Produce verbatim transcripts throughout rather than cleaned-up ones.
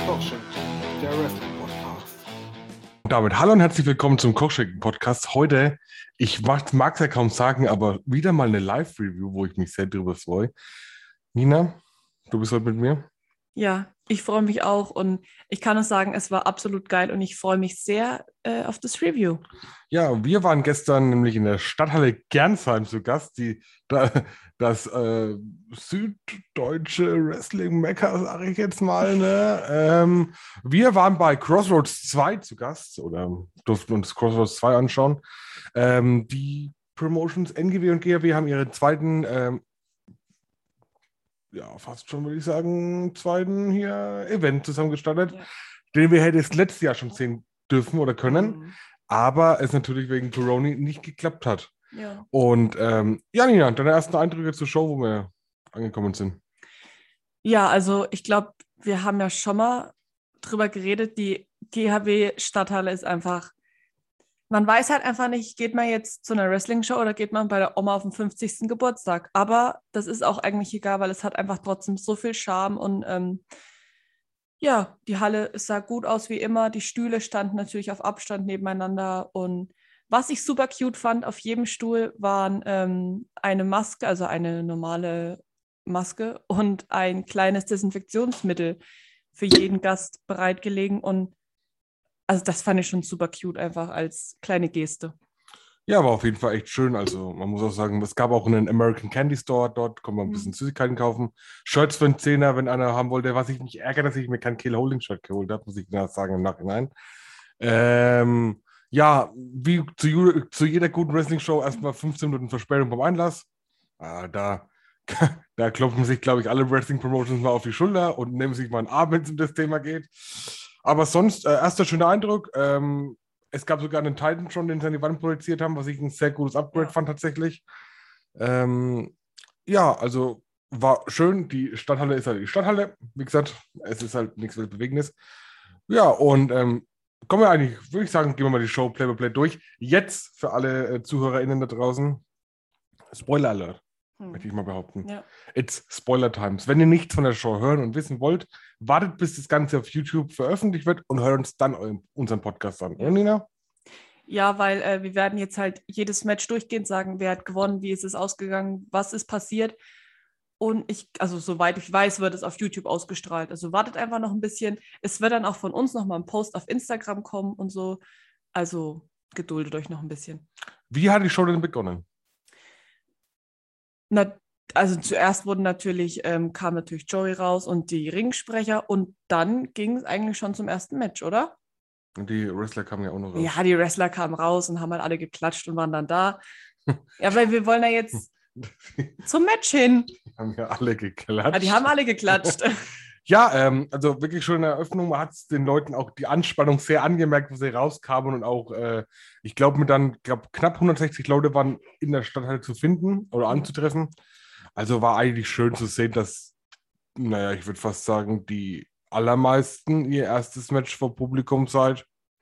Kochschinken, der Wrestling-Podcast. Und damit hallo und herzlich willkommen zum Kochschinken-Podcast. Heute, ich mag es ja kaum sagen, aber wieder mal eine Live-Review, wo ich mich sehr drüber freue. Nina, du bist heute mit mir? Ja, ich freue mich auch und ich kann uns sagen, es war absolut geil und ich freue mich sehr äh, auf das Review. Ja, wir waren gestern nämlich in der Stadthalle Gernsheim zu Gast, die, da, das äh, süddeutsche Wrestling-Mekka, sage ich jetzt mal. Ne? Ähm, wir waren bei Crossroads zwei zu Gast oder durften uns Crossroads zwei anschauen. Ähm, die Promotions N G W und G A W haben ihren zweiten, ähm, ja, fast schon würde ich sagen, zweiten hier Event zusammengestartet, ja, den wir hätten das letztes Jahr schon sehen dürfen oder können. Mhm. Aber es natürlich wegen Corona nicht geklappt hat. Ja. Und ähm, ja, Nina, deine ersten Eindrücke zur Show, wo wir angekommen sind. Ja, also ich glaube, wir haben ja schon mal drüber geredet, die G H W-Stadthalle ist einfach, man weiß halt einfach nicht, geht man jetzt zu einer Wrestling-Show oder geht man bei der Oma auf den fünfzigsten Geburtstag. Aber das ist auch eigentlich egal, weil es hat einfach trotzdem so viel Charme und ähm, ja, die Halle sah gut aus wie immer. Die Stühle standen natürlich auf Abstand nebeneinander. Und was ich super cute fand, auf jedem Stuhl waren ähm, eine Maske, also eine normale Maske und ein kleines Desinfektionsmittel für jeden Gast bereitgelegen. Und also das fand ich schon super cute, einfach als kleine Geste. Ja, war auf jeden Fall echt schön. Also man muss auch sagen, es gab auch einen American Candy Store, dort konnte man ein bisschen mhm. Süßigkeiten kaufen. Shirts für einen Zehner, wenn einer haben wollte. Was ich mich ärgere, dass ich mir kein Kill Holding Shirt geholt habe, muss ich sagen im Nachhinein. Ähm, ja, wie zu, zu jeder guten Wrestling-Show erstmal fünfzehn Minuten Verspätung beim Einlass. Ah, da, da klopfen sich, glaube ich, alle Wrestling-Promotions mal auf die Schulter und nehmen sich mal einen Abend, wenn es um das Thema geht. Aber sonst, äh, erster schöner Eindruck. Ähm, Es gab sogar einen Titan schon, den sie an die Wand projiziert haben, was ich ein sehr gutes Upgrade ja. fand tatsächlich. Ähm, ja, also war schön. Die Stadthalle ist halt die Stadthalle. Wie gesagt, es ist halt nichts Bewegendes. Ja, und ähm, kommen wir eigentlich, würde ich sagen, gehen wir mal die Show Play by Play durch. Jetzt für alle äh, ZuhörerInnen da draußen, Spoiler Alert, hm. möchte ich mal behaupten. Ja. It's Spoiler Times. Wenn ihr nichts von der Show hören und wissen wollt, wartet, bis das Ganze auf YouTube veröffentlicht wird und hört uns dann unseren Podcast an. Ja. Und Nina? Ja, weil äh, wir werden jetzt halt jedes Match durchgehend sagen, wer hat gewonnen, wie ist es ausgegangen, was ist passiert. Und ich, also soweit ich weiß, wird es auf YouTube ausgestrahlt. Also wartet einfach noch ein bisschen. Es wird dann auch von uns nochmal ein Post auf Instagram kommen und so. Also geduldet euch noch ein bisschen. Wie hat die Show denn begonnen? Na, also zuerst wurden natürlich, ähm, kam natürlich Joey raus und die Ringsprecher und dann ging es eigentlich schon zum ersten Match, oder? Und die Wrestler kamen ja auch noch raus. Ja, die Wrestler kamen raus und haben halt alle geklatscht und waren dann da. Ja, weil wir wollen ja jetzt zum Match hin. Die haben ja alle geklatscht. Ja, die haben alle geklatscht. Ja, ähm, also wirklich schon in der Eröffnung, man hat es den Leuten auch die Anspannung sehr angemerkt, wo sie rauskamen und auch, äh, ich glaube, mit dann, glaub, knapp hundertsechzig Leute waren in der Stadthalle zu finden oder anzutreffen. Also war eigentlich schön zu sehen, dass, naja, ich würde fast sagen, die allermeisten ihr erstes Match vor Publikum seit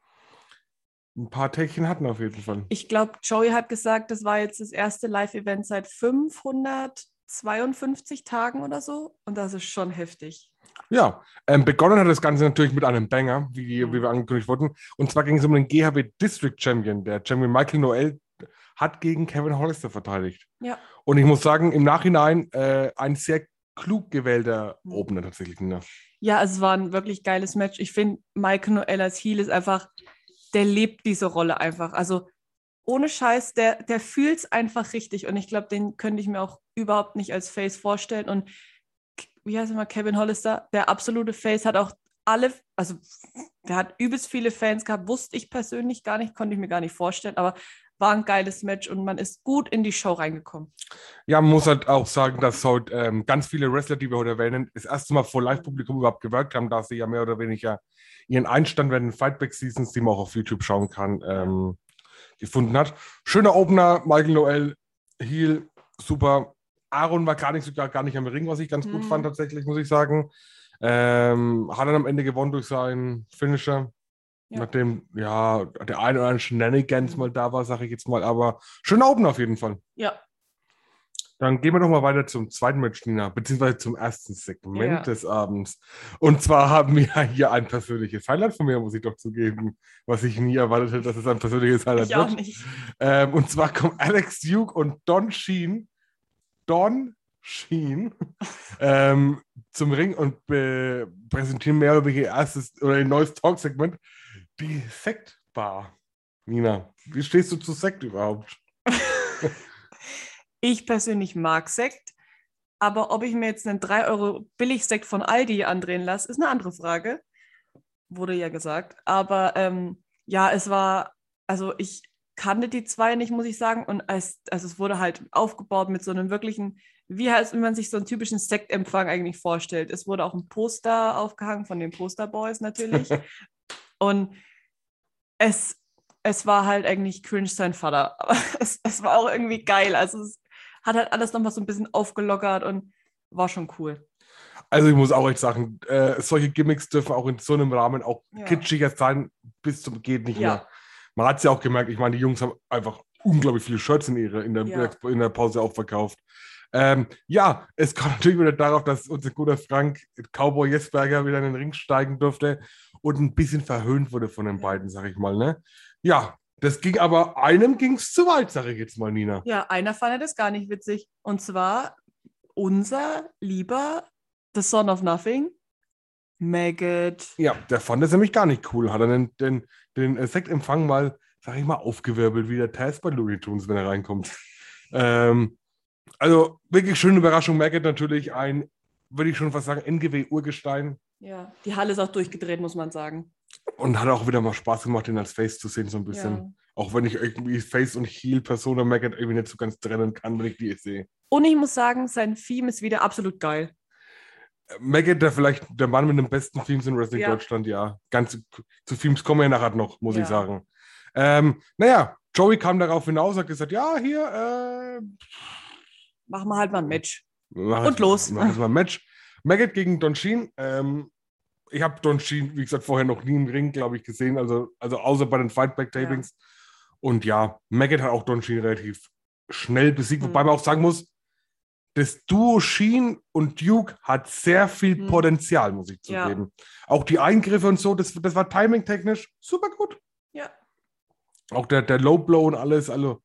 ein paar Tägchen hatten auf jeden Fall. Ich glaube, Joey hat gesagt, das war jetzt das erste Live-Event seit fünfhundertzweiundfünfzig Tagen oder so und das ist schon heftig. Ja, ähm, begonnen hat das Ganze natürlich mit einem Banger, wie, mhm. wie wir angekündigt wurden. Und zwar ging es um den G H W District Champion. Der Champion Michael Noel hat gegen Kevin Hollister verteidigt. Ja. Und ich muss sagen, im Nachhinein äh, ein sehr klug gewählter mhm. Opener tatsächlich. Ne? Ja, es war ein wirklich geiles Match. Ich finde, Michael Noel als Heel ist einfach, der lebt diese Rolle einfach. Also ohne Scheiß, der, der fühlt es einfach richtig. Und ich glaube, den könnte ich mir auch überhaupt nicht als Face vorstellen. Und wie heißt immer, Kevin Hollister, der absolute Face, hat auch alle, also der hat übelst viele Fans gehabt, wusste ich persönlich gar nicht, konnte ich mir gar nicht vorstellen, aber war ein geiles Match und man ist gut in die Show reingekommen. Ja, man muss halt auch sagen, dass heute ähm, ganz viele Wrestler, die wir heute erwähnen, das erste Mal vor Live-Publikum überhaupt gewirkt haben, da sie ja mehr oder weniger ihren Einstand während den Fightback-Seasons, die man auch auf YouTube schauen kann, ähm, gefunden hat. Schöner Opener, Michael Noel, Heel, super. Aaron war gar nicht sogar gar nicht am Ring, was ich ganz mhm. gut fand tatsächlich, muss ich sagen. Ähm, hat dann am Ende gewonnen durch seinen Finisher. Ja. Nachdem, ja, der eine oder andere Shenanigans mhm. mal da war, sage ich jetzt mal. Aber schöner Opener auf jeden Fall. Ja. Dann gehen wir doch mal weiter zum zweiten Match, Nina, beziehungsweise zum ersten Segment Ja. des Abends. Und zwar haben wir hier ein persönliches Highlight von mir, muss ich doch zugeben, was ich nie erwartet hätte, dass es ein persönliches Highlight Ich auch wird. nicht. Ähm, und zwar kommen Alex Duke und Don Sheen, Don Sheen, ähm, zum Ring und äh, präsentieren mehr oder weniger ihr erstes oder ein neues Talk-Segment, die Sektbar. Nina, wie stehst du zu Sekt überhaupt? Ich persönlich mag Sekt, aber ob ich mir jetzt einen drei Euro Billigsekt von Aldi andrehen lasse, ist eine andere Frage. Wurde ja gesagt. Aber ähm, ja, es war, also ich kannte die zwei nicht, muss ich sagen. Und als, also es wurde halt aufgebaut mit so einem wirklichen, wie heißt, wenn man sich so einen typischen Sektempfang eigentlich vorstellt. Es wurde auch ein Poster aufgehangen von den Posterboys natürlich. Und es, es war halt eigentlich cringe sein Vater. Aber es, es war auch irgendwie geil. Also es hat halt alles nochmal so ein bisschen aufgelockert und war schon cool. Also ich muss auch echt sagen, äh, solche Gimmicks dürfen auch in so einem Rahmen auch Ja. kitschiger sein, bis zum geht nicht Ja. mehr. Man hat es ja auch gemerkt, ich meine, die Jungs haben einfach unglaublich viele Shirts in, ihre, in, der, Ja. in der Pause auch verkauft. Ähm, ja, es kam natürlich wieder darauf, dass unser guter Frank Cowboy Jesberger wieder in den Ring steigen durfte und ein bisschen verhöhnt wurde von den Ja. beiden, sag ich mal. Ne? Ja, das ging aber, einem ging es zu weit, sage ich jetzt mal, Nina. Ja, einer fand das gar nicht witzig. Und zwar unser lieber The Son of Nothing, Maggot. Ja, der fand das nämlich gar nicht cool. Hat er den, den, den Sektempfang mal, sag ich mal, aufgewirbelt, wie der Taz bei Looney Tunes, wenn er reinkommt. ähm, also wirklich schöne Überraschung. Maggot natürlich ein, würde ich schon fast sagen, N G W-Urgestein. Ja, die Halle ist auch durchgedreht, muss man sagen. Und hat auch wieder mal Spaß gemacht, den als Face zu sehen, so ein bisschen. Ja. Auch wenn ich irgendwie Face und Heel-Persona Maggot irgendwie nicht so ganz trennen kann, wenn ich die sehe. Und ich muss sagen, sein Theme ist wieder absolut geil. Maggot, der vielleicht der Mann mit den besten Themes in Wrestling Ja. Deutschland, ja. Ganz, zu Themes kommen wir ja nachher noch, muss Ja. ich sagen. Ähm, naja, Joey kam darauf hinaus, hat gesagt, ja, hier, äh, Machen wir halt mal ein Match. mach Und jetzt- los. Mach jetzt mal ein Match. Maggot gegen Don Sheen. Ähm, ich habe Don Sheen, wie gesagt, vorher noch nie im Ring, glaube ich, gesehen, also, also außer bei den Fightback-Tapings. Und ja, Maggot hat auch Don Sheen relativ schnell besiegt, Mhm. wobei man auch sagen muss, das Duo Sheen und Duke hat sehr viel Mhm. Potenzial, muss ich Ja. zugeben. Auch die Eingriffe und so, das, das war timing-technisch super gut. Ja. Auch der, der Low Blow und alles, also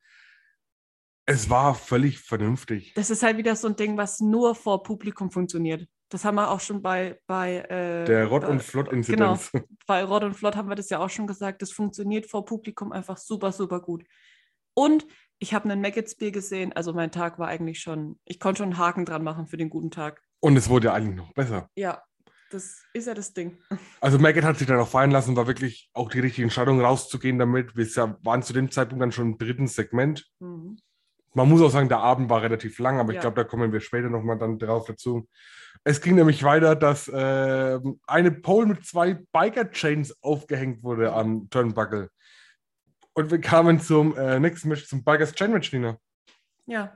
es war völlig vernünftig. Das ist halt wieder so ein Ding, was nur vor Publikum funktioniert. Das haben wir auch schon bei, bei äh, Der Rott- bei- und Flott-Inzidenz. Genau, bei Rott und Flott haben wir das ja auch schon gesagt. Das funktioniert vor Publikum einfach super, super gut. Und ich habe einen Maggot Spear gesehen. Also mein Tag war eigentlich schon, ich konnte schon einen Haken dran machen für den guten Tag. Und es wurde ja eigentlich noch besser. Ja, das ist ja das Ding. Also Maggot hat sich dann auch fallen lassen, war wirklich auch die richtige Entscheidung rauszugehen damit. Wir ja- waren zu dem Zeitpunkt dann schon im dritten Segment. Mhm. Man muss auch sagen, der Abend war relativ lang, aber ich Ja. glaube, da kommen wir später nochmal dann drauf dazu. Es ging nämlich weiter, dass äh, eine Pole mit zwei Biker-Chains aufgehängt wurde am Turnbuckle. Und wir kamen zum äh, nächsten Match, zum Bikers Chain Match, Nina. Ja.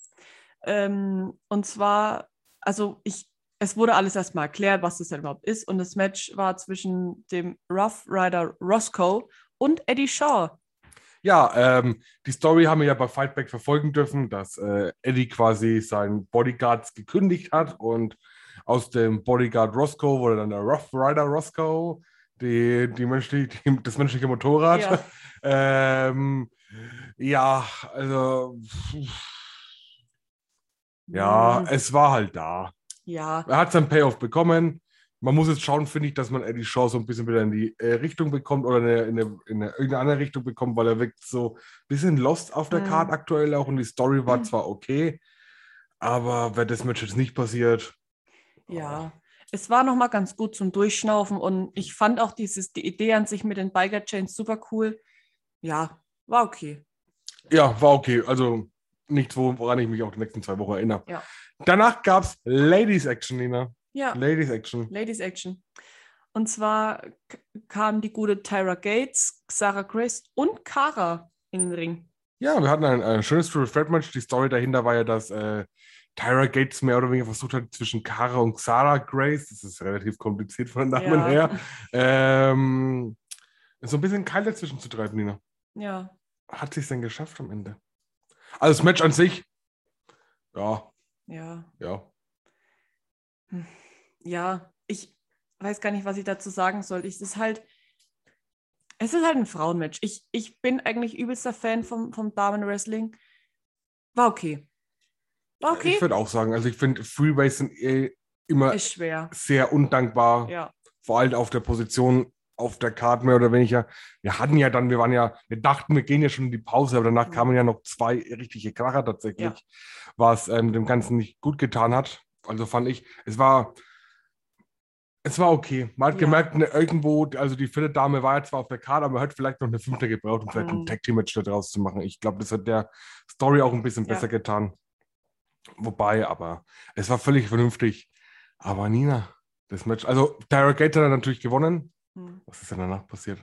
Ähm, und zwar, also ich, es wurde alles erstmal erklärt, was das denn überhaupt ist. Und das Match war zwischen dem Rough Rider Roscoe und Eddie Shaw. Ja, ähm, die Story haben wir ja bei Fightback verfolgen dürfen, dass äh, Eddie quasi seinen Bodyguards gekündigt hat und aus dem Bodyguard Roscoe wurde dann der Rough Rider Roscoe, die, die menschliche, die, das menschliche Motorrad. Ja. ähm, ja, also ja, Mhm. es war halt da. Ja, Er hat seinen Payoff bekommen. Man muss jetzt schauen, finde ich, dass man Eddie Shaw so ein bisschen wieder in die äh, Richtung bekommt oder in eine, in, eine, in eine, irgendeine andere Richtung bekommt, weil er wirkt so ein bisschen lost auf der Mhm. Karte aktuell auch und die Story war zwar okay, aber wäre das Match jetzt nicht passiert. ja. Es war nochmal ganz gut zum Durchschnaufen und ich fand auch dieses, die Idee an sich mit den Biker Chains super cool. Ja, war okay. Ja, war okay. Also nichts, woran ich mich auch die nächsten zwei Wochen erinnere. Ja. Danach gab es Ladies Action, Nina. Ja, Ladies Action. Ladies Action. Und zwar k- kam die gute Tyra Gates, Sarah Grace und Cara in den Ring. Ja, wir hatten ein, ein schönes Triple Threat Match. Die Story dahinter war ja, dass äh, Tyra Gates mehr oder weniger versucht hat, zwischen Cara und Sarah Grace, das ist relativ kompliziert von den Namen Ja. her, ähm, so ein bisschen Keil dazwischen zu treiben, Nina. Ja, Hat sie es denn geschafft am Ende? Also das Match an sich Ja, Ja. ja. Ja, ich weiß gar nicht, was ich dazu sagen soll. Ich, es ist halt, es ist halt ein Frauenmatch. Ich, ich bin eigentlich übelster Fan vom, vom Damen-Wrestling. War okay. War Ich okay. würde auch sagen, also ich finde, Freeways sind eh immer Ist schwer. sehr undankbar. Ja. Vor allem auf der Position, auf der Card mehr oder weniger. Wir hatten ja dann, wir waren ja, wir dachten, wir gehen ja schon in die Pause, aber danach Mhm. kamen ja noch zwei richtige Kracher tatsächlich, Ja. was ähm, dem Ganzen nicht gut getan hat. Also fand ich, es war, es war okay. Man hat Ja. gemerkt, ne, irgendwo, also die vierte Dame war ja zwar auf der Karte, aber man hat vielleicht noch eine fünfte gebraucht, um vielleicht Mhm. ein Tag-Team-Match daraus zu machen. Ich glaube, das hat der Story auch ein bisschen Ja. besser getan. Wobei, aber es war völlig vernünftig. Aber Nina, das Match, also Tara Gates hat natürlich gewonnen. Mhm. Was ist denn danach passiert?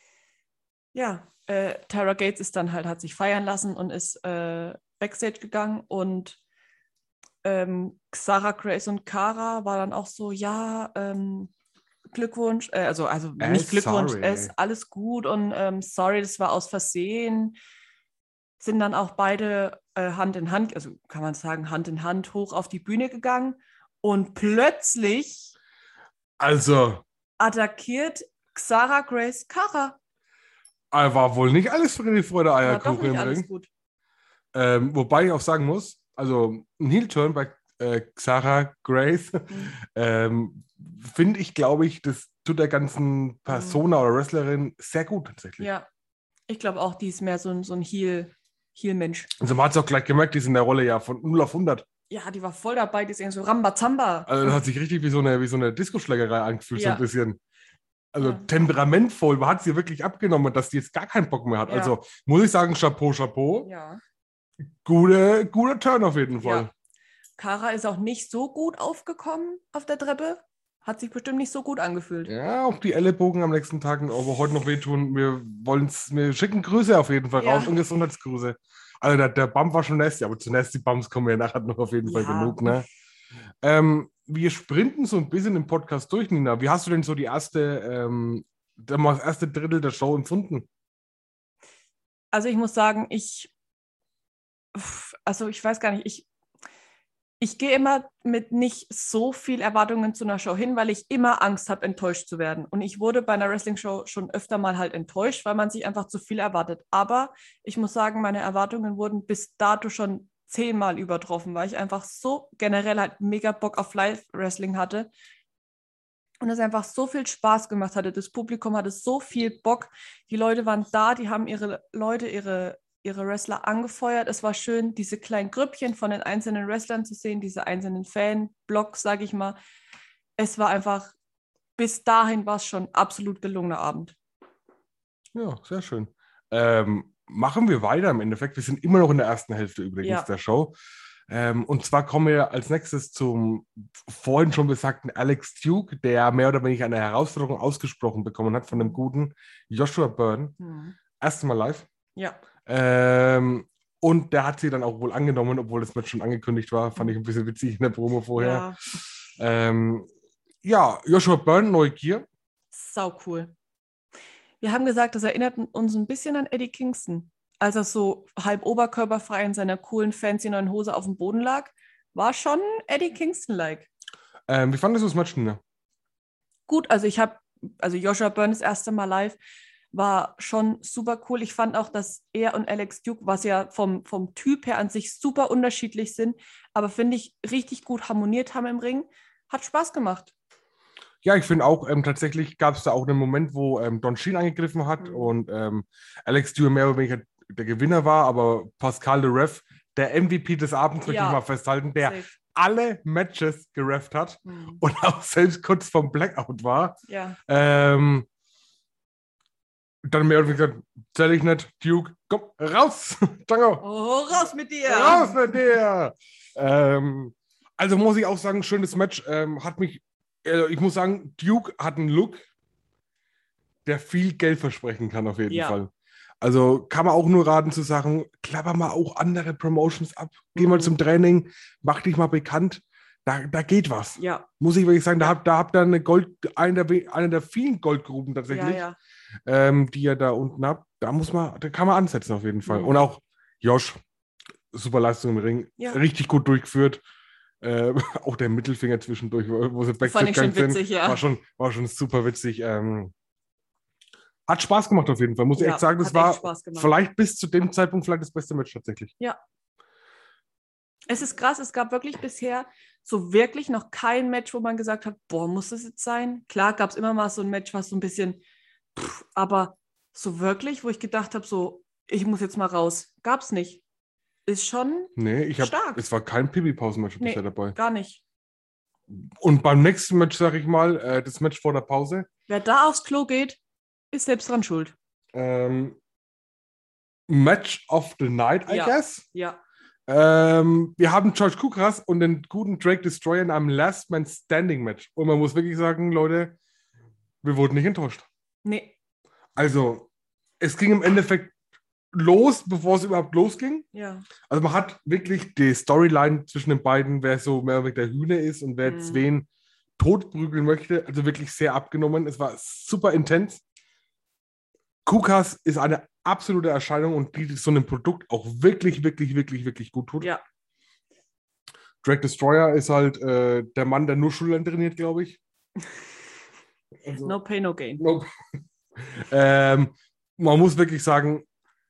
Ja, äh, Tara Gates ist dann halt, hat sich feiern lassen und ist äh, Backstage gegangen und ähm, Xara, Grace und Cara war dann auch so, ja, ähm, Glückwunsch, äh, also, also Äh, nicht Glückwunsch, sorry. es ist alles gut und ähm, sorry, das war aus Versehen. Sind dann auch beide äh, Hand in Hand, also kann man sagen, Hand in Hand hoch auf die Bühne gegangen und plötzlich Also, attackiert Xara Grace Cara. äh, war wohl nicht alles Friede, Freude, War doch Eierkuchen nicht im alles Ring. gut. Ähm, wobei ich auch sagen muss, also ein Heel-Turn bei äh, Xara Grace, Mhm. ähm, finde ich, glaube ich, das tut der ganzen Persona oder Wrestlerin sehr gut tatsächlich. Ja, ich glaube auch, die ist mehr so ein, so ein Heel, Heel-Mensch. Also man hat es auch gleich gemerkt, die ist in der Rolle ja von null auf hundert. Ja, die war voll dabei, die ist irgendwie so Rambazamba. Also das hat sich richtig wie so eine, wie so eine Disco-Schlägerei angefühlt, so Ja. ein bisschen. Also Ja. temperamentvoll, man hat sie wirklich abgenommen, dass die jetzt gar keinen Bock mehr hat. Ja. Also muss ich sagen, Chapeau, Chapeau. Ja. Gute, guter Turn auf jeden Fall. Ja. Cara ist auch nicht so gut aufgekommen auf der Treppe. Hat sich bestimmt nicht so gut angefühlt. Ja, auch die Ellenbogen am nächsten Tag, aber heute noch wehtun. Wir wollen's, wir schicken Grüße auf jeden Fall Ja. raus und Gesundheitsgrüße. Also der, der Bump war schon nasty, aber zu nasty Bumps kommen wir nachher noch auf jeden Fall Ja. genug. Ne? Ähm, wir sprinten so ein bisschen im Podcast durch, Nina. Wie hast du denn so die erste, ähm, das erste Drittel der Show empfunden? Also ich muss sagen, ich, also ich weiß gar nicht, ich, ich gehe immer mit nicht so viel Erwartungen zu einer Show hin, weil ich immer Angst habe, enttäuscht zu werden. Und ich wurde bei einer Wrestling-Show schon öfter mal halt enttäuscht, weil man sich einfach zu viel erwartet. Aber ich muss sagen, meine Erwartungen wurden bis dato schon zehnmal übertroffen, weil ich einfach so generell halt mega Bock auf Live-Wrestling hatte. Und es einfach so viel Spaß gemacht hatte. Das Publikum hatte so viel Bock. Die Leute waren da, die haben ihre Leute, ihre, ihre Wrestler angefeuert. Es war schön, diese kleinen Grüppchen von den einzelnen Wrestlern zu sehen, diese einzelnen Fan-Blocks, sage ich mal. Es war einfach, bis dahin war es schon ein absolut gelungener Abend. Ja, sehr schön. Ähm, machen wir weiter im Endeffekt. Wir sind immer noch in der ersten Hälfte übrigens Ja. der Show. Ähm, und zwar kommen wir als nächstes zum vorhin schon besagten Alex Duke, der mehr oder weniger eine Herausforderung ausgesprochen bekommen hat von dem guten Joshua Byrne. Mhm. Erste Mal live. Ja. Ähm, und der hat sie dann auch wohl angenommen, obwohl das Match schon angekündigt war. Fand ich ein bisschen witzig in der Promo vorher. Ja, Ähm, ja, Joshua Byrne, Neugier. sau cool. Wir haben gesagt, das erinnert uns ein bisschen an Eddie Kingston. Als er so halb oberkörperfrei in seiner coolen, fancy neuen Hose auf dem Boden lag, war schon Eddie Kingston-like. Ähm, wie fandest du das Match, Nina? Gut, also ich habe, also Joshua Byrne das erste Mal live, war schon super cool. Ich fand auch, dass er und Alex Duke, was ja vom, vom Typ her an sich super unterschiedlich sind, aber finde ich richtig gut harmoniert haben im Ring. Hat Spaß gemacht. Ja, ich finde auch, ähm, tatsächlich gab es da auch einen Moment, wo ähm, Don Sheen eingegriffen hat Mhm. und ähm, Alex Duke mehr oder weniger der Gewinner war, aber Pascal Le Ref, der M V P des Abends, möchte Ja. ich mal festhalten, der Safe. alle Matches gerefft hat Mhm. und auch selbst kurz vom Blackout war. Ja. Ähm, dann mehr oder weniger, zähle ich nicht, Duke, komm, raus, Django, Oh, raus mit dir! raus mit dir! ähm, also muss ich auch sagen, schönes Match, ähm, hat mich, äh, ich muss sagen, Duke hat einen Look, der viel Geld versprechen kann auf jeden Ja. Fall. Also kann man auch nur raten zu sagen, klapper mal auch andere Promotions ab, geh mal Mhm. zum Training, mach dich mal bekannt, da, da geht was. Ja, Muss ich wirklich sagen, da Ja. habt da habt ihr eine Gold, eine der, we- eine der vielen Goldgruben ja, tatsächlich, ja. ähm, die ihr da unten habt. Da muss man, da kann man ansetzen auf jeden Fall. Mhm. Und auch Josh, super Leistung im Ring. Ja. Richtig gut durchgeführt. Äh, auch der Mittelfinger zwischendurch, wo sie Fand Backstage ich schon gegangen sind, witzig, ja. war schon, war schon super witzig. Ähm, hat Spaß gemacht auf jeden Fall, muss ich Ja, echt sagen. Das hat war echt Spaß gemacht. vielleicht bis zu dem Zeitpunkt vielleicht das beste Match tatsächlich. Ja. Es ist krass, es gab wirklich bisher so wirklich noch kein Match, wo man gesagt hat, boah, muss das jetzt sein? Klar gab es immer mal so ein Match, was so ein bisschen, pff, aber so wirklich, wo ich gedacht habe, so, ich muss jetzt mal raus. Gab es nicht. Ist schon Nee, ich habe, stark. es war kein Pipi-Pausen-Match Nee, bisher dabei. gar nicht. Und beim nächsten Match, sag ich mal, äh, das Match vor der Pause, Wer da aufs Klo geht, ist selbst dran schuld. ähm, Match of the Night, I Ja. guess. Ja, Ähm, wir haben George Kukras und den guten Drake Destroyer in einem Last Man Standing Match. Und man muss wirklich sagen, Leute, wir wurden nicht enttäuscht. nee, Also, es ging im Endeffekt los, bevor es überhaupt losging. ja. Also man hat wirklich die Storyline zwischen den beiden, wer so mehr oder weniger der Hühner ist und wer jetzt Mhm. wen totprügeln möchte, also wirklich sehr abgenommen. Es war super intens. Kukas ist eine absolute Erscheinung und die so einem Produkt auch wirklich, wirklich, wirklich, wirklich gut tut. Ja, Drake Destroyer ist halt äh, der Mann, der nur Schultern trainiert, glaube ich. Also, no pain, no gain. Nope. ähm, man muss wirklich sagen,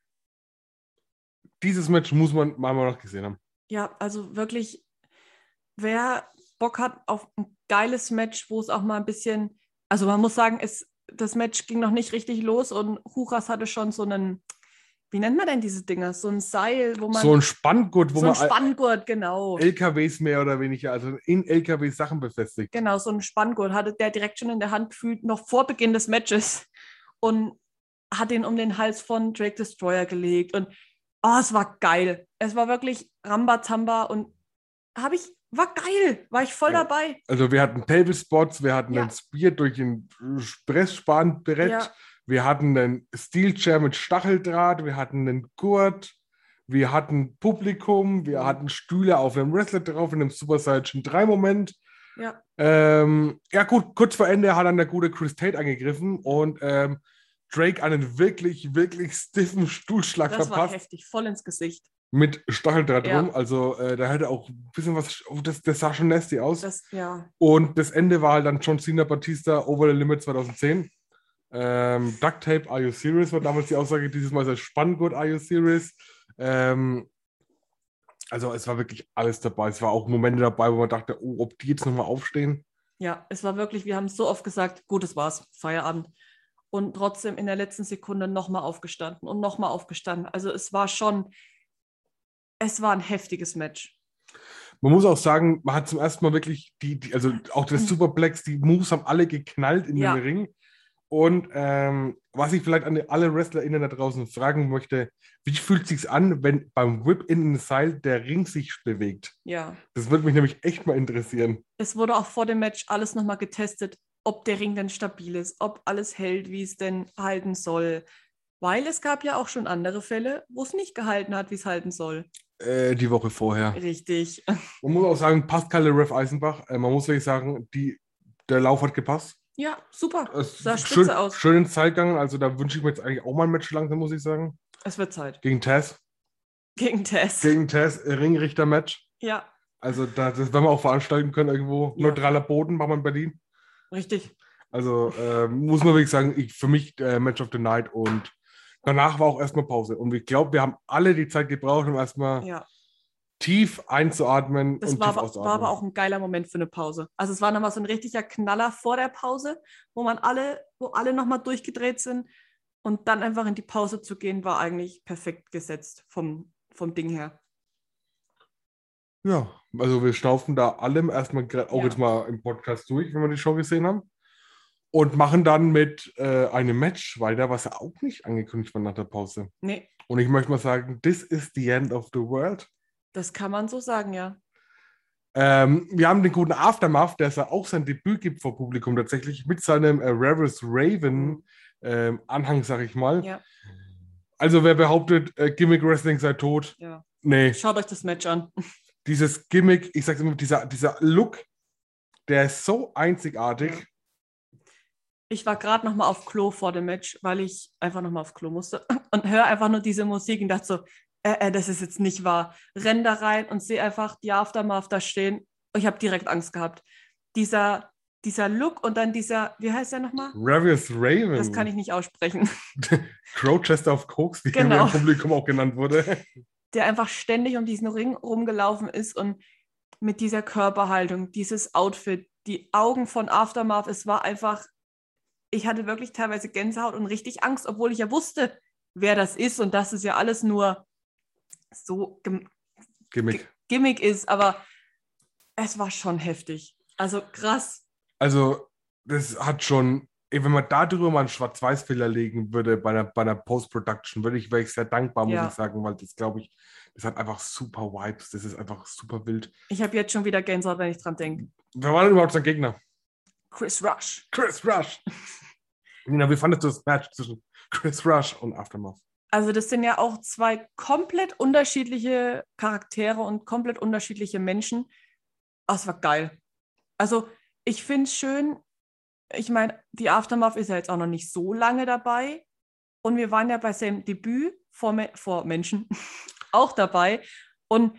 dieses Match muss man mal noch gesehen haben. Ja, also wirklich, wer Bock hat auf ein geiles Match, wo es auch mal ein bisschen, also man muss sagen, es, das Match ging noch nicht richtig los und Huras hatte schon so einen, wie nennt man denn diese Dinger? So ein Seil, wo man, So ein Spanngurt, wo so ein man Spanngurt, genau. L K Ws mehr oder weniger, also in L K Ws Sachen befestigt. Genau, so ein Spanngurt hatte der direkt schon in der Hand gefühlt, noch vor Beginn des Matches und hat ihn um den Hals von Drake Destroyer gelegt und oh, es war geil. Es war wirklich Rambazamba und habe ich, war geil, war ich voll Ja. dabei. Also wir hatten Table Spots, wir hatten Ja. ein Spear durch ein Pressspanbrett, Ja. wir hatten einen Steel Chair mit Stacheldraht, wir hatten einen Gurt, wir hatten Publikum, wir Mhm. hatten Stühle auf einem Wrestler drauf, in einem Super Saiyan drei Moment. Ja, Ähm, ja gut, kurz vor Ende hat dann der gute Chris Tate angegriffen und ähm, Drake einen wirklich, wirklich stiffen Stuhlschlag das war verpasst. heftig, voll ins Gesicht. Mit Stacheldraht Ja. rum. Also äh, da hätte auch ein bisschen was, oh, das, das sah schon nasty aus. Das, ja, Und das Ende war halt dann John Cena Batista Over the Limit zwanzig zehn. Ähm, Duct Tape, Are You Serious? War damals die Aussage, dieses Mal ist es Spanngurt, Are You Serious? Ähm, also es war wirklich alles dabei. Es war auch Momente dabei, wo man dachte, oh, ob die jetzt nochmal aufstehen. ja, es war wirklich, wir haben so oft gesagt, gut, es war's, Feierabend. Und trotzdem in der letzten Sekunde nochmal aufgestanden und nochmal aufgestanden. Also es war schon, es war ein heftiges Match. Man muss auch sagen, man hat zum ersten Mal wirklich die, die also auch das Superplex, die Moves haben alle geknallt in Ja. dem Ring. Und ähm, was ich vielleicht an die, alle WrestlerInnen da draußen fragen möchte, wie fühlt es sich an, wenn beim Whip-In in Seil der Ring sich bewegt? Ja, Das würde mich nämlich echt mal interessieren. es wurde auch vor dem Match alles nochmal getestet, ob der Ring denn stabil ist, ob alles hält, wie es denn halten soll. Weil es gab ja auch schon andere Fälle, wo es nicht gehalten hat, wie es halten soll. Äh, die Woche vorher. Richtig. Man muss auch sagen, passt Kalle Ref Eisenbach. Äh, man muss wirklich sagen, die, der Lauf hat gepasst. Ja, super. Es Sah ist spitze schön, aus. schön ins Zeitgang. Also da wünsche ich mir jetzt eigentlich auch mal ein Match langsam, muss ich sagen. Es wird Zeit. Gegen Taz. Gegen Tess. Gegen Taz, äh, Ringrichter-Match. Ja, Also da, das werden wir auch veranstalten können irgendwo. Ja. Neutraler Boden machen wir in Berlin. richtig. Also äh, muss man wirklich sagen, ich, für mich äh, Match of the Night und danach war auch erstmal Pause. Und ich glaube, wir haben alle die Zeit gebraucht, um erstmal Ja. tief einzuatmen Das und war tief aber, auszuatmen. war aber auch ein geiler Moment für eine Pause. Also es war nochmal so ein richtiger Knaller vor der Pause, wo man alle, wo alle nochmal durchgedreht sind. Und dann einfach in die Pause zu gehen, war eigentlich perfekt gesetzt vom, vom Ding her. Ja, also wir schnaufen da allem erstmal gerade auch Ja. jetzt mal im Podcast durch, wenn wir die Show gesehen haben. Und machen dann mit äh, einem Match weiter, was ja auch nicht angekündigt war nach der Pause. Nee, Und ich möchte mal sagen, this is the end of the world. das kann man so sagen, ja. Ähm, wir haben den guten Aftermath, der sa- auch sein Debüt gibt vor Publikum tatsächlich mit seinem äh, Reverse Raven ähm, Anhang, sag ich mal. Ja, Also wer behauptet, äh, Gimmick Wrestling sei tot, ja. nee, Schaut euch das Match an. dieses Gimmick, ich sag's immer, dieser, dieser Look, der ist so einzigartig. Ja. Ich war gerade nochmal auf Klo vor dem Match, weil ich einfach nochmal auf Klo musste und höre einfach nur diese Musik und dachte so, äh, äh, das ist jetzt nicht wahr. Renn da rein und sehe einfach die Aftermath da stehen. Ich habe direkt Angst gehabt. Dieser, dieser Look und dann dieser, wie heißt der nochmal? Ravius Raven. Das kann ich nicht aussprechen. Crowchester of Koks, wie Genau. er im Publikum auch genannt wurde. Der einfach ständig um diesen Ring rumgelaufen ist und mit dieser Körperhaltung, dieses Outfit, die Augen von Aftermath, es war einfach, ich hatte wirklich teilweise Gänsehaut und richtig Angst, obwohl ich ja wusste, wer das ist und dass es ja alles nur so gem- Gimmick. G- Gimmick ist, aber es war schon heftig. Also krass. Also, das hat schon, ey, wenn man darüber mal einen Schwarz-Weiß-Fehler legen würde bei einer, bei einer Post-Production, würde ich, wäre ich sehr dankbar, muss Ja. ich sagen, weil das, glaube ich, das hat einfach super Vibes, das ist einfach super wild. Ich habe jetzt schon wieder Gänsehaut, wenn ich dran denke. Wer war denn überhaupt sein Gegner? Chris Rush. Chris Rush. Nina, wie fandest du das Match zwischen Chris Rush und Aftermath? Also das sind ja auch zwei komplett unterschiedliche Charaktere und komplett unterschiedliche Menschen. Oh, es war geil. Also ich finde es schön, ich meine, die Aftermath ist ja jetzt auch noch nicht so lange dabei und wir waren ja bei seinem Debüt vor, Me- vor Menschen auch dabei und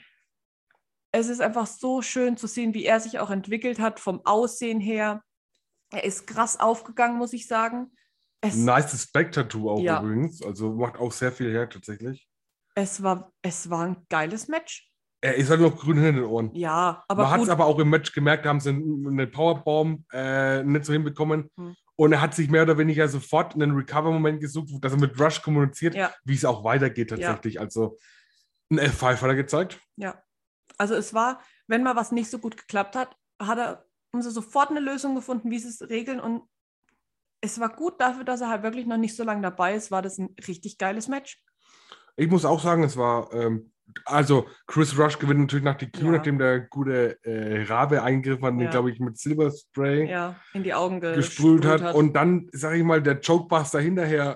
es ist einfach so schön zu sehen, wie er sich auch entwickelt hat vom Aussehen her. Er ist krass aufgegangen, muss ich sagen. Es, Nice Spec-Tattoo auch Ja. übrigens, also macht auch sehr viel her tatsächlich. es, war, es war ein geiles Match. Er ist halt noch grün hinter den Ohren. Ja, aber Man hat es gut. aber auch im Match gemerkt, da haben sie eine Powerbomb äh, nicht so hinbekommen. Hm. Und er hat sich mehr oder weniger sofort einen Recover-Moment gesucht, dass er mit Rush kommuniziert, Ja. wie es auch weitergeht tatsächlich. Also ein F fünf hat er gezeigt. Ja, also es war, wenn mal was nicht so gut geklappt hat, hat er haben sie sofort eine Lösung gefunden, wie sie es regeln und es war gut dafür, dass er halt wirklich noch nicht so lange dabei ist, war das ein richtig geiles Match. Ich muss auch sagen, es war, ähm, also Chris Rush gewinnt natürlich nach D Q, Ja. nachdem der gute äh, Rabe eingegriffen hat und Ja. den, glaube ich, mit Silverspray Ja, in die Augen ge- gesprüht hat. hat. Und dann, sage ich mal, der Jokebuster hinterher.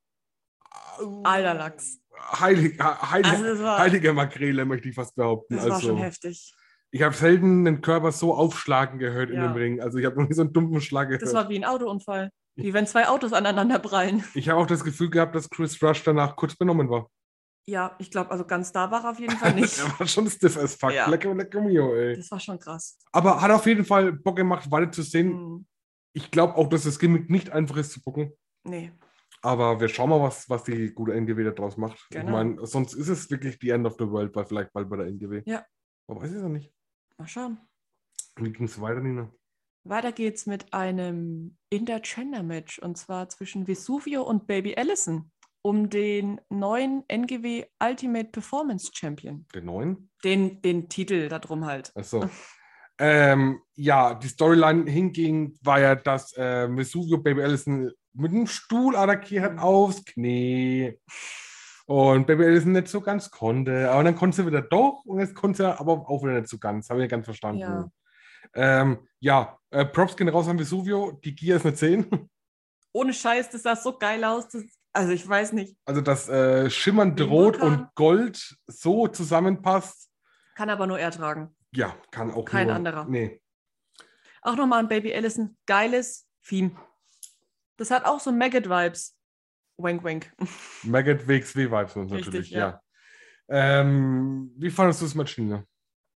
Alter Lachs. Heilig, heilig, Also es war- heilige Makrele, möchte ich fast behaupten. Das war also, schon heftig. ich habe selten den Körper so aufschlagen gehört in Ja. dem Ring. Also ich habe noch nie so einen dummen Schlag gehört. Das war wie ein Autounfall. Wie wenn zwei Autos aneinander prallen. Ich habe auch das Gefühl gehabt, dass Chris Rush danach kurz benommen war. Ja, ich glaube, also ganz da war er auf jeden Fall nicht. Er war schon stiff as fuck. Ja. Lecker, lecker mio, ey. Das war schon krass. Aber hat auf jeden Fall Bock gemacht, weiter zu sehen. Hm, Ich glaube auch, dass das Gimmick nicht einfach ist zu gucken. nee, Aber wir schauen mal, was, was die gute N G W da draus macht. Genau. Ich meine, sonst ist es wirklich die End of the World, weil vielleicht bald bei der N G W. Ja. Aber weiß ich es ja nicht. mal schauen. Wie ging es weiter, Nina? Weiter geht's mit einem Intergender-Match und zwar zwischen Vesuvio und Baby Allison um den neuen N G W Ultimate Performance Champion. Den neuen? Den, den Titel darum halt. Achso. ähm, ja, die Storyline hinging, war ja, dass äh, Vesuvio Baby Allison mit einem Stuhl attackiert aufs Knie. Und Baby Allison nicht so ganz konnte. Aber dann konnte sie wieder doch und jetzt konnte sie aber auch wieder nicht so ganz. Habe ich nicht ganz verstanden. Ja. Ähm, ja, äh, Props gehen raus an Vesuvio. Die Gier ist eine zehn. Ohne Scheiß, das sah so geil aus. Das, also ich weiß nicht. Also, dass äh, schimmernde Wie Rot Vulkan. und Gold so zusammenpasst. Kann aber nur er tragen. Ja, kann auch Kein nur, anderer. Nee. Auch nochmal an Baby Allison. Geiles Theme. Das hat auch so Maggot-Vibes. Wink, wink. Maggot W X W-Vibes sind Richtig, natürlich, ja. ja. Ähm, wie fandest du das Match, Nina?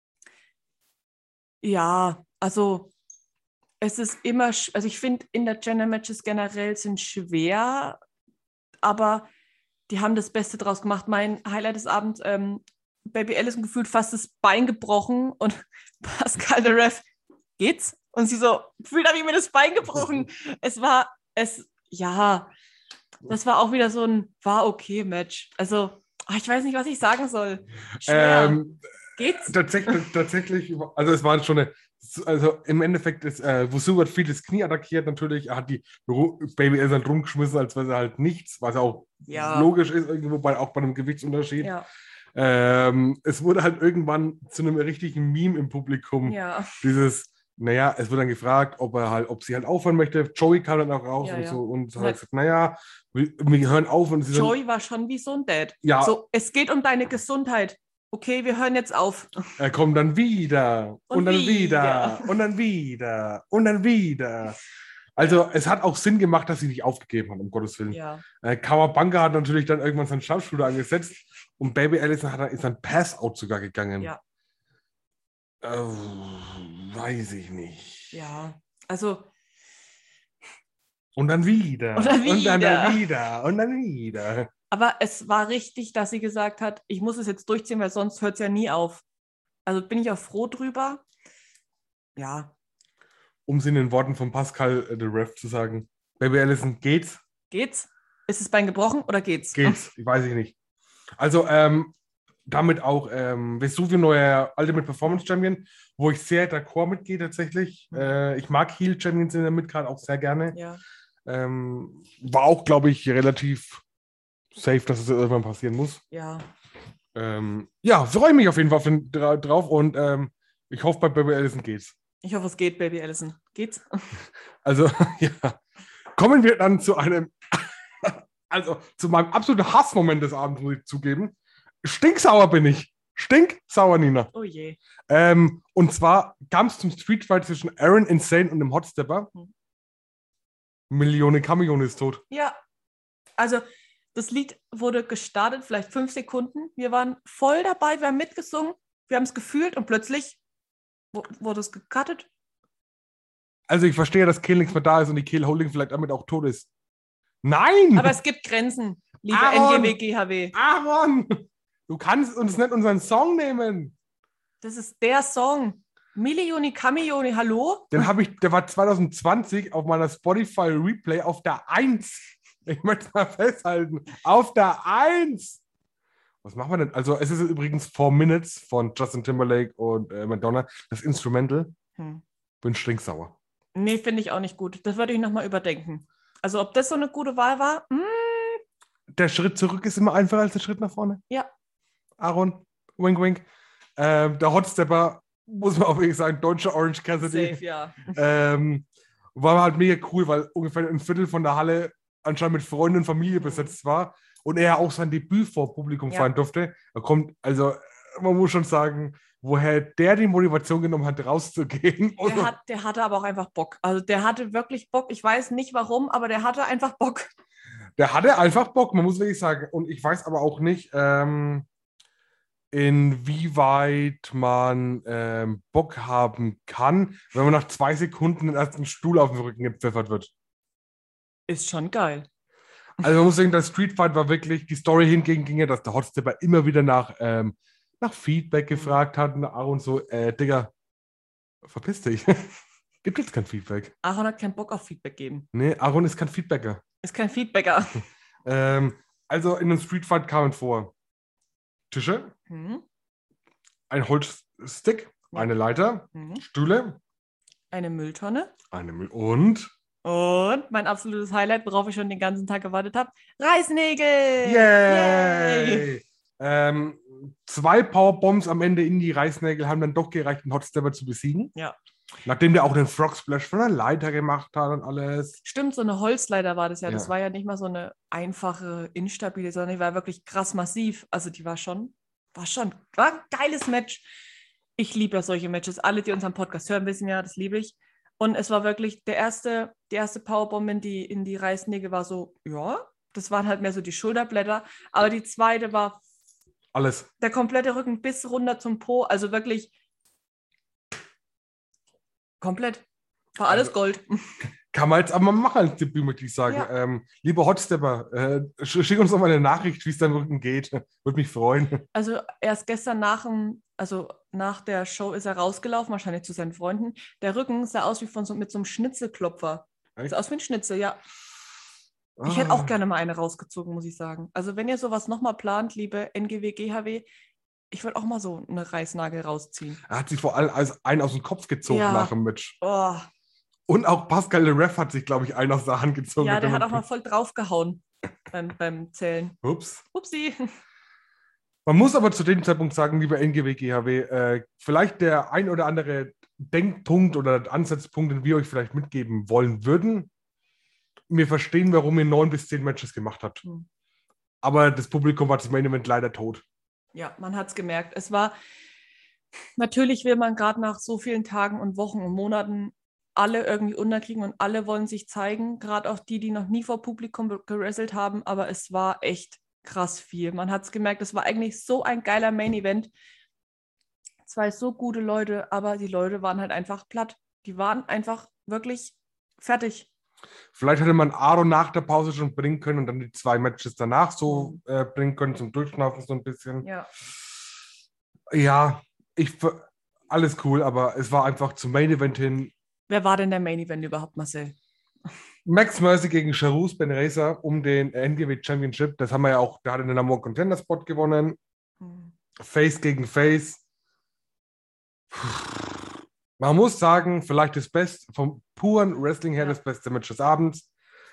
Ja, also es ist immer, sch- also ich finde, Intergender-Matches generell sind schwer, aber die haben das Beste draus gemacht. Mein Highlight des Abends, ähm, Baby Allison gefühlt fast das Bein gebrochen und Pascal der Ref, geht's? Und sie so, gefühlt habe ich mir das Bein gebrochen. Es war, es, ja, das war auch wieder so ein, war okay Match. Also, ah, ich weiß nicht, was ich sagen soll. Schwer. Ähm, Geht's? tatsächlich, tatsächlich, also es war schon eine, also im Endeffekt ist, äh, Wusu hat viel das Knie attackiert natürlich, er hat die Ru- Baby Allison rumgeschmissen, als wäre sie halt nichts, was auch Ja. logisch ist, irgendwo bei, auch bei einem Gewichtsunterschied. Ja, Ähm, es wurde halt irgendwann zu einem richtigen Meme im Publikum. ja. Dieses, naja, es wird dann gefragt, ob er halt, ob sie halt aufhören möchte. Joey kam dann auch raus Ja, und ja. so und hat Ja. gesagt, naja, wir, wir hören auf und sie so, Joey war schon wie so ein Dad. Ja. So, es geht um deine Gesundheit. Okay, wir hören jetzt auf. er kommt dann wieder und, Und dann wieder. wieder und dann wieder und dann wieder. Also es hat auch Sinn gemacht, dass sie nicht aufgegeben hat, um Gottes Willen. Ja. Äh, Kawabanga hat natürlich dann irgendwann seinen Sharpshooter angesetzt und Baby Allison hat, ist dann Pass-Out sogar gegangen. Ja. Äh, weiß ich nicht. Ja. Also, Und dann wieder. Und dann Und dann, wieder. dann wieder. Und dann wieder. aber es war richtig, dass sie gesagt hat, ich muss es jetzt durchziehen, weil sonst hört es ja nie auf. Also bin ich auch froh drüber. Ja, Um es in den Worten von Pascal äh, the Ref zu sagen, Baby Allison, geht's? geht's? Ist das Bein gebrochen oder geht's? Geht's. Ich weiß ich nicht. Also, ähm, damit auch ähm, Vesuvio, neuer Ultimate Performance Champion, wo ich sehr d'accord mitgehe tatsächlich. Mhm. Äh, ich mag Heel Champions in der Midcard auch sehr gerne. Ja. Ähm, war auch, glaube ich, relativ safe, dass es irgendwann passieren muss. Ja. Ähm, ja, freue mich auf jeden Fall auf den, dra drauf und ähm, ich hoffe, bei Baby Allison geht's. Ich hoffe, es geht, Baby Allison. Geht's? Also, ja. Kommen wir dann zu einem, also zu meinem absoluten Hassmoment des Abends, muss ich zugeben. Stinksauer bin ich. Stinksauer, Nina. Oh je. Ähm, und zwar kam es zum Streetfight zwischen Aaron Insane und dem Hotstepper. Hm. Millionen Kamion ist tot. Ja. Also, das Lied wurde gestartet, vielleicht fünf Sekunden. Wir waren voll dabei, wir haben mitgesungen, wir haben es gefühlt und plötzlich wo- wurde es gecuttet. Also ich verstehe, dass Kill nichts mehr da ist und die Kill Holding vielleicht damit auch tot ist. Nein! Aber es gibt Grenzen, liebe Aaron! N G W G H W. Aaron! Du kannst uns nicht unseren Song nehmen. Das ist der Song. Milioni Kamioni, hallo? Den habe ich, der war zwanzig zwanzig auf meiner Spotify Replay auf der eins. Ich möchte es mal festhalten. Auf der eins. Was machen wir denn? Also, es ist übrigens Four Minutes von Justin Timberlake und äh, Madonna. Das Instrumental. Hm. Bin stinksauer. Nee, finde ich auch nicht gut. Das würde ich nochmal überdenken. Also, ob das so eine gute Wahl war? Hm, Der Schritt zurück ist immer einfacher als der Schritt nach vorne. ja. Aaron, wink, wink. Ähm, der Hotstepper, muss man auch wirklich sagen, deutscher Orange Cassidy. Safe, ja. Ähm, war halt mega cool, weil ungefähr ein Viertel von der Halle anscheinend mit Freunden und Familie besetzt war und er auch sein Debüt vor Publikum Ja. feiern durfte. Er kommt, also man muss schon sagen, woher der die Motivation genommen hat, rauszugehen. Der, hat, der hatte aber auch einfach Bock. Also, der hatte wirklich Bock. Ich weiß nicht warum, aber der hatte einfach Bock. Der hatte einfach Bock, man muss wirklich sagen. Und ich weiß aber auch nicht, ähm, inwieweit man ähm, Bock haben kann, wenn man nach zwei Sekunden den ersten Stuhl auf den Rücken gepfeffert wird. Ist schon geil. Also man muss sagen, das Streetfight war wirklich, die Story hingegen ging ja, dass der Hotstepper immer wieder nach, ähm, nach Feedback gefragt hat und Aaron so, äh, Digga, verpiss dich. Gibt jetzt kein Feedback. Aaron hat keinen Bock auf Feedback geben. Nee, Aaron ist kein Feedbacker. Ist kein Feedbacker. Ähm, also in einem Streetfight kamen vor Tische, Hm? ein Holzstick, Ja. eine Leiter, Hm? Stühle, Eine Mülltonne. eine Müll und Und mein absolutes Highlight, worauf ich schon den ganzen Tag gewartet habe: Reißnägel! Yay! Ähm, zwei Powerbombs am Ende in die Reißnägel haben dann doch gereicht, den Hotstepper zu besiegen. Ja. Nachdem der auch den Frog Splash von der Leiter gemacht hat und alles. Stimmt, so eine Holzleiter war das ja. Das Ja. war ja nicht mal so eine einfache, instabile, sondern die war wirklich krass massiv. Also die war schon, war schon, war ein geiles Match. Ich liebe ja solche Matches. Alle, die unseren Podcast hören, wissen ja, das liebe ich. Und es war wirklich der erste, die erste Powerbomb in die, in die Reißnägel war so, ja, das waren halt mehr so die Schulterblätter. Aber die zweite war Alles. der komplette Rücken bis runter zum Po. Also wirklich komplett. War alles Also- Gold. Kann man jetzt aber mal machen als Debüt, möchte ich sagen. Ja. Ähm, lieber Hotstepper, äh, sch- schick uns doch mal eine Nachricht, wie es deinem Rücken geht. Würde mich freuen. Also erst gestern nach dem, also nach der Show ist er rausgelaufen, wahrscheinlich zu seinen Freunden. Der Rücken sah aus wie von so, mit so einem Schnitzelklopfer. Echt? Sah aus wie ein Schnitzel, ja. Ich hätte auch Ah. gerne mal eine rausgezogen, muss ich sagen. Also wenn ihr sowas nochmal plant, liebe N G W G H W, ich würde auch mal so eine Reißnagel rausziehen. Er hat sich vor allem als einen aus dem Kopf gezogen Ja. nach dem Match. Oh, Und auch Pascal Le Ref hat sich, glaube ich, einen aus der Hand gezogen. ja, mit der dem- hat auch mal voll draufgehauen beim, beim Zählen. Ups. Upsi. Man muss aber zu dem Zeitpunkt sagen, lieber N G W G H W, äh, vielleicht der ein oder andere Denkpunkt oder Ansatzpunkt, den wir euch vielleicht mitgeben wollen würden. Wir verstehen, warum ihr neun bis zehn Matches gemacht habt. Hm. Aber das Publikum war das Main Event leider tot. Ja, man hat es gemerkt. Es war, natürlich will man gerade nach so vielen Tagen und Wochen und Monaten alle irgendwie unterkriegen und alle wollen sich zeigen, gerade auch die, die noch nie vor Publikum gewrestelt haben, aber es war echt krass viel. Man hat es gemerkt, es war eigentlich so ein geiler Main-Event. Zwei so gute Leute, aber die Leute waren halt einfach platt. Die waren einfach wirklich fertig. Vielleicht hätte man Aaron nach der Pause schon bringen können und dann die zwei Matches danach so äh, bringen können, zum Durchschnaufen so ein bisschen. Ja. Ja, ich, alles cool, aber es war einfach zum Main Event hin. Wer war denn der Main Event überhaupt, Marcel? Max Mercy gegen Charus Ben Racer um den N G W Championship. Das haben wir ja auch, der hat den Number One Contender Spot gewonnen. Hm. Face gegen Face. Man muss sagen, vielleicht das Beste, vom puren Wrestling her, Ja. das beste Match des Abends.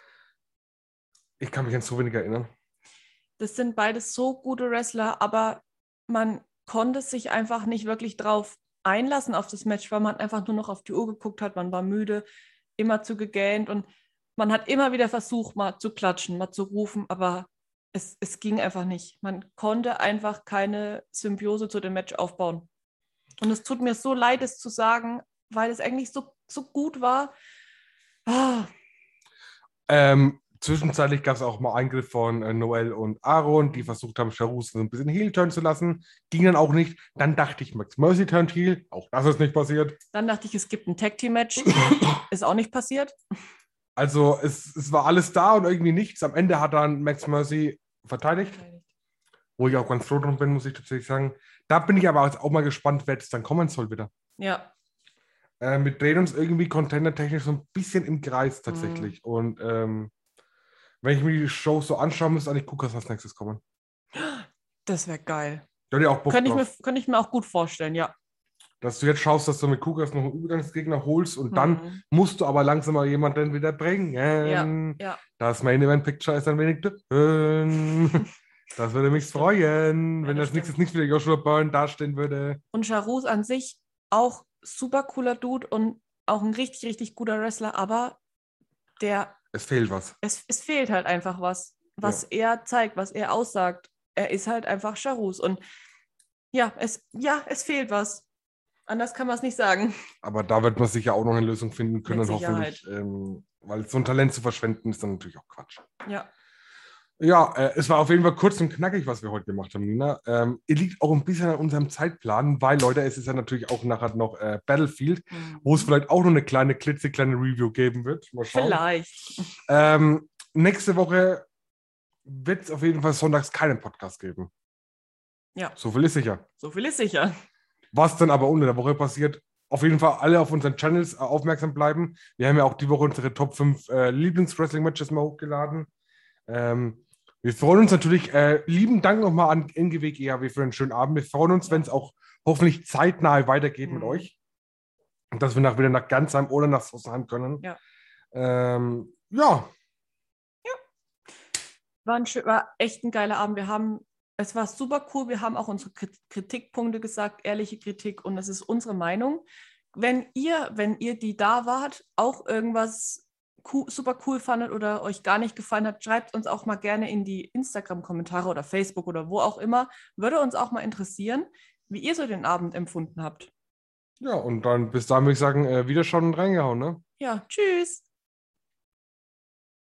Ich kann mich an so wenig erinnern. Das sind beides so gute Wrestler, aber man konnte sich einfach nicht wirklich drauf einlassen auf das Match, weil man einfach nur noch auf die Uhr geguckt hat, man war müde, immer zu gegähnt und man hat immer wieder versucht, mal zu klatschen, mal zu rufen, aber es, es ging einfach nicht. Man konnte einfach keine Symbiose zu dem Match aufbauen. Und es tut mir so leid, es zu sagen, weil es eigentlich so, so gut war. Ah. Ähm, zwischenzeitlich gab es auch mal Eingriff von äh, Noel und Aaron, die versucht haben, Charus so ein bisschen Heel turn zu lassen. Ging dann auch nicht. Dann dachte ich, Max Mercy turnt Heel. Auch das ist nicht passiert. Dann dachte ich, es gibt ein Tag-Team-Match. Ist auch nicht passiert. Also es, es war alles da und irgendwie nichts. Am Ende hat dann Max Mercy verteidigt, wo ich auch ganz froh drum bin, muss ich tatsächlich sagen. Da bin ich aber auch mal gespannt, wer jetzt dann kommen soll wieder. Ja. Äh, wir drehen uns irgendwie contendertechnisch so ein bisschen im Kreis tatsächlich. Mhm. Und ähm, wenn ich mir die Show so anschaue, müsste eigentlich Kukas als nächstes kommen. Das wäre geil. Da hätte ich auch Bock Könnte ich, drauf. mir, könnte ich mir auch gut vorstellen, ja. Dass du jetzt schaust, dass du mit Kukas noch einen Übergangsgegner holst und Mhm. dann musst du aber langsam mal jemanden wieder bringen. Ja, ja. Das Main Event Picture ist ein wenig dünn. Das würde mich freuen, Ja, wenn das das nächstes stimmt. nicht wieder Joshua Byrne dastehen würde. Und Charus an sich auch super cooler Dude und auch ein richtig, richtig guter Wrestler, aber der, Es fehlt was. es, es fehlt halt einfach was, was Ja. er zeigt, was er aussagt. Er ist halt einfach Charus und ja, es, ja, es fehlt was. Anders kann man es nicht sagen. Aber da wird man sicher auch noch eine Lösung finden können, Mit hoffentlich. Ähm, weil so ein Talent zu verschwenden, ist dann natürlich auch Quatsch. Ja. Ja, äh, es war auf jeden Fall kurz und knackig, was wir heute gemacht haben, Nina. Ähm, ihr liegt auch ein bisschen an unserem Zeitplan, weil, Leute, es ist ja natürlich auch nachher noch äh, Battlefield, Mhm. wo es vielleicht auch noch eine kleine, klitzekleine Review geben wird. Mal schauen. Vielleicht. Ähm, nächste Woche wird es auf jeden Fall sonntags keinen Podcast geben. Ja, So viel ist sicher. so viel ist sicher. Was dann aber unter der Woche passiert, auf jeden Fall alle auf unseren Channels äh, aufmerksam bleiben. Wir haben ja auch die Woche unsere Top fünf äh, Lieblings-Wrestling-Matches mal hochgeladen. Ähm, wir freuen uns natürlich, äh, lieben Dank nochmal an N G W G A W für einen schönen Abend. Wir freuen uns, Ja. wenn es auch hoffentlich zeitnah weitergeht Mhm. mit euch. Und dass wir nach, wieder nach Gansheim oder nach Sossenheim können. Ja. Ähm, ja. War, ein schön, war echt ein geiler Abend. Wir haben, es war super cool. Wir haben auch unsere Krit- Kritikpunkte gesagt, ehrliche Kritik und das ist unsere Meinung. Wenn ihr, wenn ihr, die da wart, auch irgendwas cool, super cool fandet oder euch gar nicht gefallen hat, schreibt uns auch mal gerne in die Instagram-Kommentare oder Facebook oder wo auch immer. Würde uns auch mal interessieren, wie ihr so den Abend empfunden habt. Ja, und dann bis dahin würde ich sagen, äh, wieder schon reingehauen, ne? Ja, tschüss.